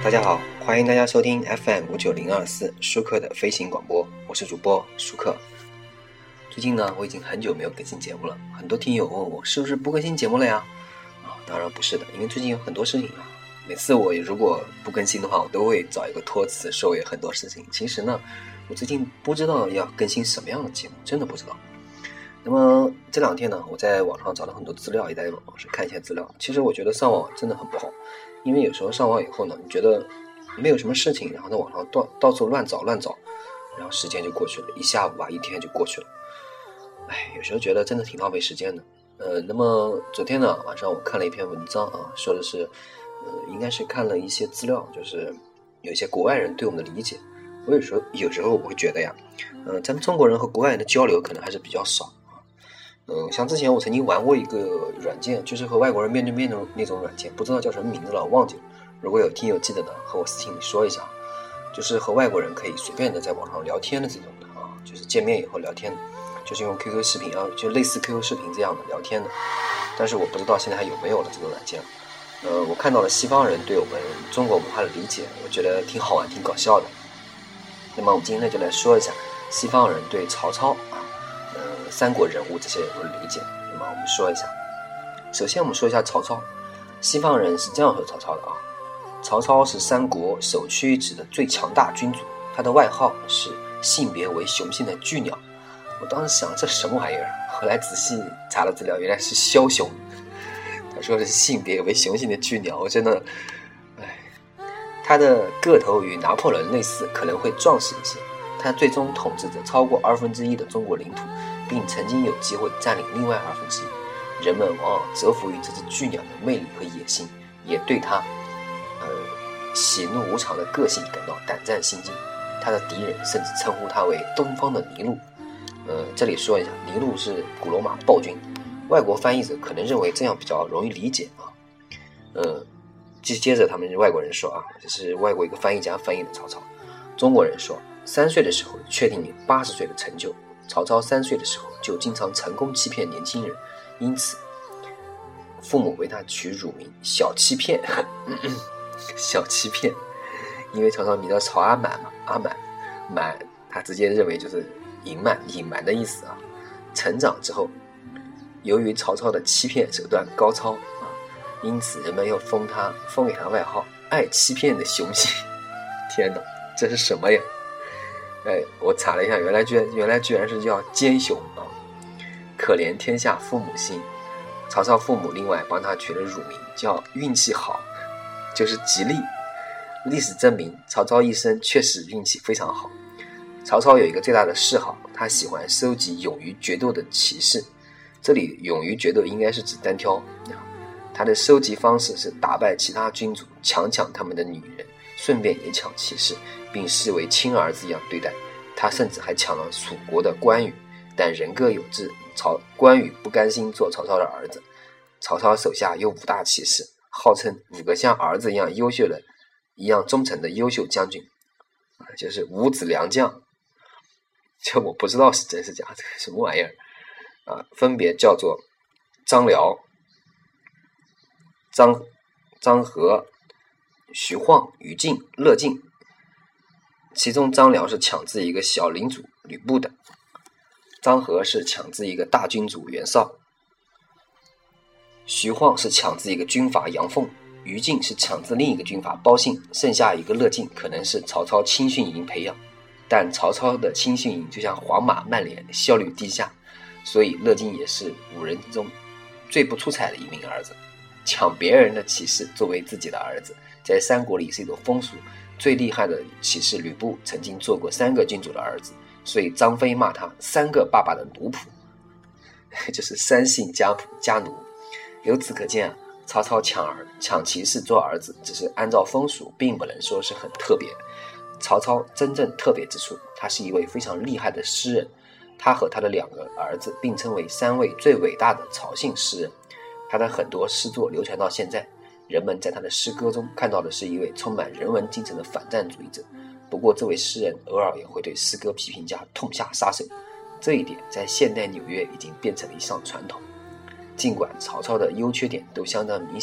大家好，欢迎大家收听 FM59024舒克的飞行广播，我是主播舒克。最近呢，我已经很久没有更新节目了，很多听友问我是不是不更新节目了呀？当然不是的，因为最近有很多事情啊。每次我如果不更新的话，我都会找一个托词，说我有很多事情。其实呢，我最近不知道要更新什么样的节目，真的不知道。那么这两天呢，我在网上找了很多资料，也在网上看一些资料。其实我觉得上网真的很不好，因为有时候上网以后呢，你觉得没有什么事情，然后在网上到处乱找，然后时间就过去了，一下午一天就过去了。有时候觉得真的挺浪费时间的。那么昨天呢晚上我看了一篇文章啊，说的是应该是看了一些资料，就是有一些国外人对我们的理解。我有时候我会觉得呀，咱们中国人和国外人的交流可能还是比较少。像之前我曾经玩过一个软件，就是和外国人面对面的那种软件，不知道叫什么名字了，忘记了。如果有听友记得的，和我私信里说一下。就是和外国人可以随便的在网上聊天的这种的啊，就是见面以后聊天的，就是用 QQ 视频啊，就类似 QQ 视频这样的聊天的。但是我不知道现在还有没有了这种软件。我看到了西方人对我们中国文化的理解，我觉得挺好玩挺搞笑的。那么我们今天呢就来说一下西方人对曹操三国人物这些人物的理解。那么我们说一下，首先我们说一下曹操。西方人是这样说曹操的啊：曹操是三国首屈一指的最强大君主，他的外号是性别为雄性的巨鸟。我当时想这什么玩意儿，后来仔细查了资料，原来是枭雄。他说是性别为雄性的巨鸟，我真的他的个头与拿破仑类似，可能会壮实一些。他最终统治着超过1/2的中国领土，并曾经有机会占领另外1/2。人们往往折服于这只巨鸟的魅力和野心，也对他喜怒无常的个性感到胆战心惊。他的敌人甚至称呼他为东方的尼禄。这里说一下，尼禄是古罗马暴君，外国翻译者可能认为这样比较容易理解啊。接着他们外国人说啊，这是外国一个翻译家翻译的曹操。中国人说，3岁的时候确定80岁的成就。曹操3岁的时候就经常成功欺骗年轻人，因此父母为他取乳名小欺骗。小欺骗，因为曹操名叫曹阿满嘛，阿满他直接认为就是隐瞒的意思啊。成长之后，由于曹操的欺骗手段高超啊，因此人们又封给他外号爱欺骗的雄性。天哪，这是什么呀？我查了一下，原来居然是叫奸雄啊！可怜天下父母心。曹操父母另外帮他取了乳名叫运气好，就是吉利。历史证明曹操一生确实运气非常好。曹操有一个最大的嗜好，他喜欢收集勇于决斗的骑士。这里勇于决斗应该是指单挑。他的收集方式是打败其他君主，抢他们的女人，顺便也抢骑士，并视为亲儿子一样对待。他甚至还抢了蜀国的关羽，但人各有志，关羽不甘心做曹操的儿子。曹操手下有5大骑士，号称5个像儿子一样优秀的、一样忠诚的优秀将军，就是5子良将。这我不知道是真是假，这个什么玩意儿啊？分别叫做张辽、张合、徐晃、于禁、乐进。其中张辽是抢自一个小领主吕布的，张合是抢自一个大君主袁绍，徐晃是抢自一个军阀杨凤，于禁是抢自另一个军阀包信，剩下一个乐进可能是曹操青训营培养。但曹操的青训营就像黄马慢连，效率低下，所以乐进也是5人中最不出彩的一名儿子。抢别人的骑士作为自己的儿子，在三国里是一种风俗。最厉害的骑士吕布曾经做过3个君主的儿子，所以张飞骂他3个爸爸的奴仆，就是3姓家奴。由此可见曹操抢骑士做儿子只是按照风俗，并不能说是很特别。曹操真正特别之处，他是一位非常厉害的诗人，他和他的2个儿子并称为3位最伟大的曹姓诗人。他的很多诗作流传到现在，人们在他的诗歌中看到的是一位充满人文精神的反战主义者。不过这位诗人偶尔也会对诗歌批评家痛下杀手，这一点在现代纽约已经变成了一项传统。尽管曹操的优缺点都相当明显，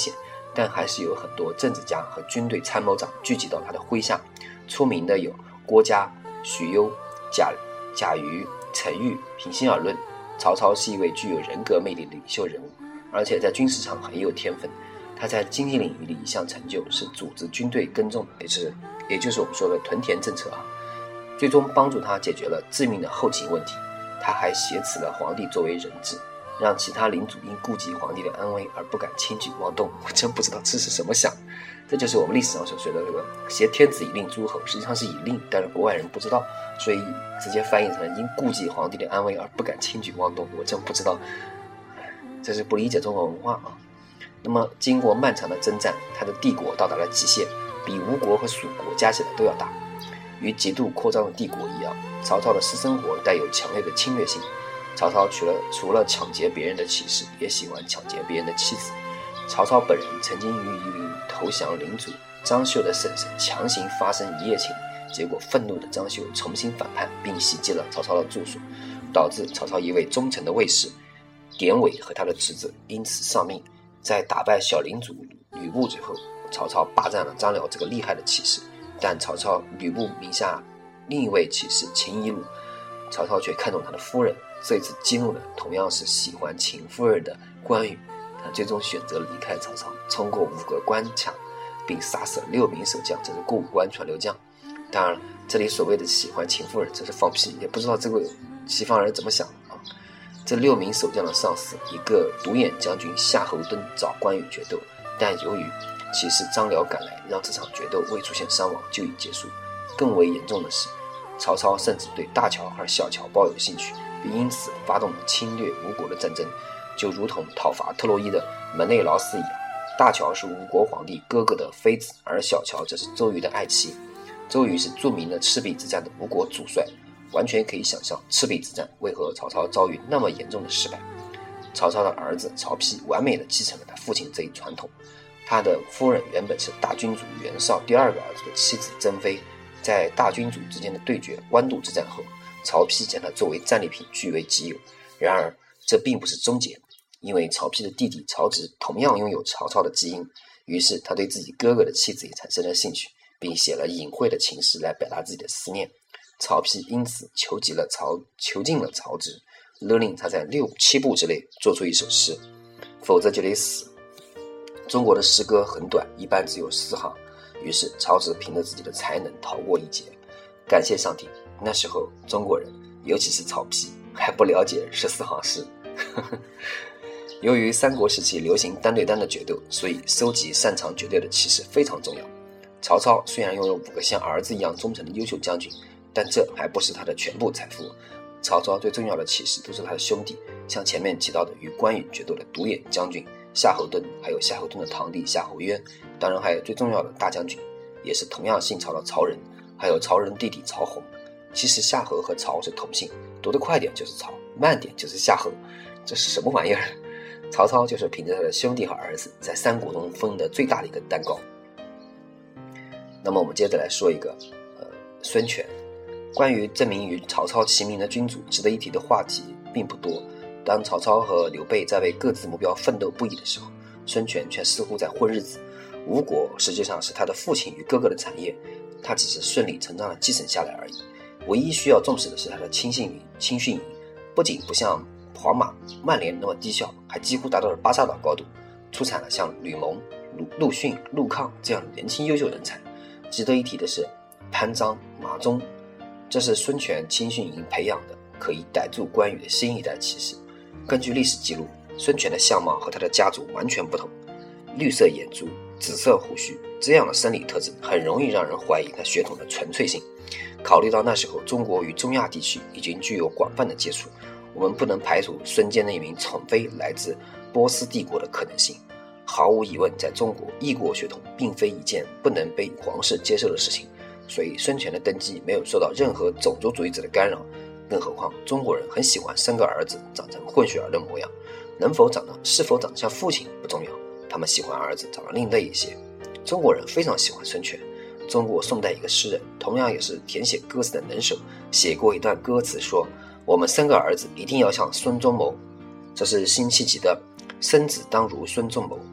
但还是有很多政治家和军队参谋长聚集到他的麾下。出名的有郭嘉、许攸、贾谊、陈玉。平心而论，曹操是一位具有人格魅力的领袖人物，而且在军事上很有天分。他在经济领域的一项成就是组织军队耕种，也就是我们说的屯田政策最终帮助他解决了致命的后勤问题。他还挟持了皇帝作为人质，让其他领主因顾及皇帝的安危而不敢轻举妄动。我真不知道这是什么想，这就是我们历史上所说的这个挟天子以令诸侯，实际上是以令，但是国外人不知道，所以直接翻译成因顾及皇帝的安危而不敢轻举妄动。我真不知道，这是不理解中国文化那么经过漫长的征战，他的帝国到达了极限，比吴国和蜀国加起来都要大。与极度扩张的帝国一样，曹操的私生活带有强烈的侵略性。曹操除了抢劫别人的骑士，也喜欢抢劫别人的妻子。曹操本人曾经与一名投降领主张绣的婶婶强行发生一夜情，结果愤怒的张绣重新反叛，并袭击了曹操的住所，导致曹操一位忠诚的卫士典韦和他的侄子因此丧命。在打败小领主吕布之后，曹操霸占了张辽这个厉害的骑士，但吕布名下另一位骑士秦夷鲁，曹操却看中他的夫人，这一次激怒了同样是喜欢秦夫人的关羽，他最终选择离开曹操，冲过5个关卡，并杀死了6名守将，这是过5关传流将。当然了，这里所谓的喜欢秦夫人，这是放屁，也不知道这个西方人怎么想这6名守将的上司，一个独眼将军夏侯惇找关羽决斗，但由于骑士张辽赶来，让这场决斗未出现伤亡就已结束。更为严重的是，曹操甚至对大乔和小乔抱有兴趣，并因此发动了侵略吴国的战争，就如同讨伐特洛伊的门内劳斯一样。大乔是吴国皇帝哥哥的妃子，而小乔则是周瑜的爱妻。周瑜是著名的赤壁之战的吴国主帅，完全可以想象赤壁之战为何曹操遭遇那么严重的失败。曹操的儿子曹丕完美地继承了他父亲这一传统。他的夫人原本是大君主袁绍第2个儿子的妻子珍妃，在大君主之间的对决官渡之战后，曹丕将他作为战利品据为己有。然而这并不是终结，因为曹丕的弟弟曹植同样拥有曹操的基因，于是他对自己哥哥的妻子也产生了兴趣，并写了隐晦的情诗来表达自己的思念。曹丕因此囚禁了曹植，勒令他在6、7步之内做出一首诗，否则就得死。中国的诗歌很短，一般只有4行，于是曹植凭着自己的才能逃过一劫。感谢上帝，那时候中国人，尤其是曹丕，还不了解14行诗。由于三国时期流行单对单的决斗，所以收集擅长决斗的骑士非常重要。曹操虽然拥有5个像儿子一样忠诚的优秀将军，但这还不是他的全部财富。曹操最重要的骑士都是他的兄弟，像前面提到的与关羽决斗的独眼将军夏侯惇，还有夏侯惇的堂弟夏侯渊，当然还有最重要的大将军，也是同样姓曹的曹仁，还有曹仁弟弟曹洪。其实夏侯和曹是同姓，读得快点就是曹，慢点就是夏侯，这是什么玩意儿？曹操就是凭着他的兄弟和儿子，在三国中分得最大的一个蛋糕。那么我们接着来说一个孙权。关于这名与曹操齐名的君主，值得一提的话题并不多。当曹操和刘备在为各自目标奋斗不已的时候，孙权却似乎在混日子。吴国实际上是他的父亲与哥哥的产业，他只是顺理成章地继承下来而已。唯一需要重视的是他的青训营，不仅不像皇马、曼联那么低效，还几乎达到了巴萨岛高度，出产了像吕蒙、陆逊、陆抗这样的年轻优秀人才。值得一提的是潘璋、马忠，这是孙权青训营培养的可以逮住关羽的新一代骑士。根据历史记录，孙权的相貌和他的家族完全不同，绿色眼珠、紫色胡须，这样的生理特征很容易让人怀疑他血统的纯粹性。考虑到那时候中国与中亚地区已经具有广泛的接触，我们不能排除孙坚的一名宠妃来自波斯帝国的可能性。毫无疑问，在中国，异国血统并非一件不能被皇室接受的事情，所以孙权的登基没有受到任何种族主义者的干扰。更何况中国人很喜欢生个儿子长成混血儿的模样，是否长得像父亲不重要，他们喜欢儿子长得另类一些。中国人非常喜欢孙权。中国宋代一个诗人，同样也是填写歌词的能手，写过一段歌词说，我们生个儿子一定要像孙仲谋，这是辛弃疾的生子当如孙仲谋。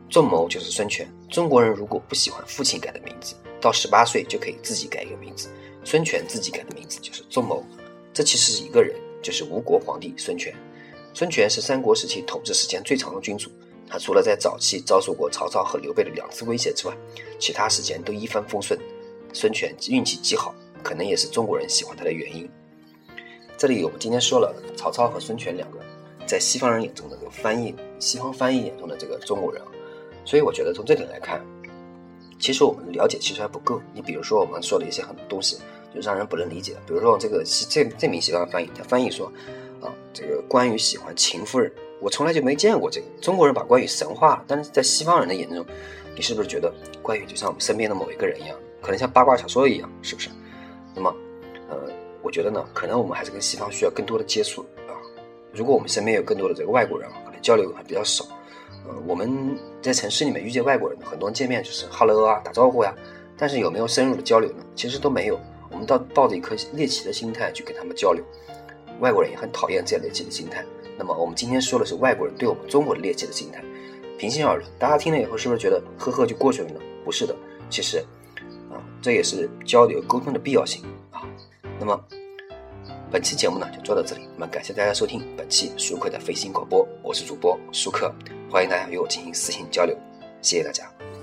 仲谋就是孙权。中国人如果不喜欢父亲改的名字，到18岁就可以自己改一个名字。孙权自己改的名字就是仲谋，这其实是一个人，就是吴国皇帝孙权。孙权是三国时期统治时间最长的君主，他除了在早期遭受过曹操和刘备的2次威胁之外，其他时间都一帆风顺。孙权运气极好，可能也是中国人喜欢他的原因。这里我们今天说了曹操和孙权两个在西方人眼中的这个西方翻译眼中的这个中国人，所以我觉得从这点来看，其实我们了解其实还不够。你比如说我们说的一些很多东西就让人不能理解，比如说这名西方翻译，他翻译说这个关羽喜欢秦夫人，我从来就没见过这个。中国人把关羽神化了，但是在西方人的眼中，你是不是觉得关羽就像我们身边的某一个人一样，可能像八卦小说一样，是不是？那么我觉得呢，可能我们还是跟西方需要更多的接触啊。如果我们身边有更多的这个外国人可能交流还比较少。我们在城市里面遇见外国人，很多人见面就是 hello 啊，打招呼呀，但是有没有深入的交流呢？其实都没有。我们抱着一颗猎奇的心态去跟他们交流，外国人也很讨厌这样猎奇的心态。那么我们今天说的是外国人对我们中国的猎奇的心态。平心而论，大家听了以后是不是觉得呵呵就过去了呢？不是的，其实这也是交流沟通的必要性啊。那么本期节目呢就做到这里，那么感谢大家收听本期舒克的飞行广播，我是主播舒克，欢迎大家与我进行私信交流，谢谢大家。